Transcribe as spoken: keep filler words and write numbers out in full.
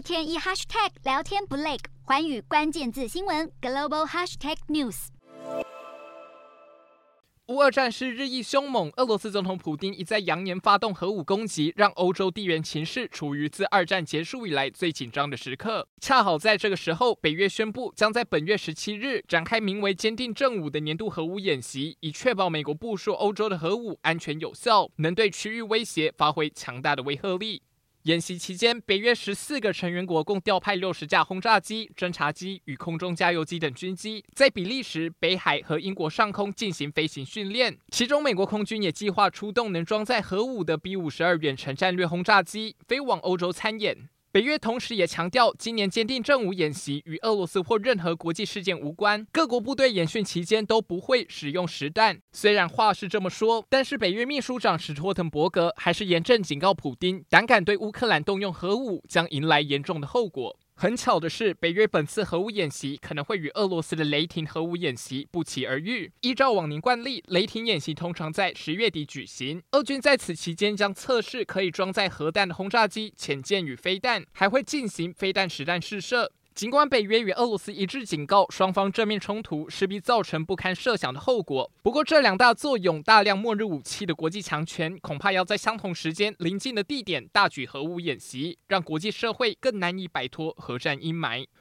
天一 hashtag 聊天不累，寰宇关键字新闻 global hashtag news。 乌俄战事日益凶猛，俄罗斯总统普丁一再扬言发动核武攻击，让欧洲地缘情势处于自二战结束以来最紧张的时刻。恰好在这个时候，北约宣布将在本月十七日展开名为“坚定正午”的年度核武演习，以确保美国部署欧洲的核武安全有效，能对区域威胁发挥强大的威慑力。演习期间，北约十四个成员国共调派六十架轰炸机、侦察机与空中加油机等军机，在比利时、北海和英国上空进行飞行训练。其中，美国空军也计划出动能装载核武的 B 五十二远程战略轰炸机，飞往欧洲参演。北约同时也强调，今年坚定正午演习与俄罗斯或任何国际事件无关，各国部队演训期间都不会使用实弹。虽然话是这么说，但是北约秘书长史托滕伯格还是严正警告普丁，胆敢对乌克兰动用核武，将迎来严重的后果。很巧的是，北约本次核武演习可能会与俄罗斯的雷霆核武演习不期而遇。依照往年惯例，雷霆演习通常在十月底举行。俄军在此期间将测试可以装载核弹的轰炸机、潜舰与飞弹，还会进行飞弹实弹试射。尽管北约与俄罗斯一致警告，双方正面冲突势必造成不堪设想的后果。不过，这两大作用大量末日武器的国际强权，恐怕要在相同时间、临近的地点大举核武演习，让国际社会更难以摆脱核战阴霾。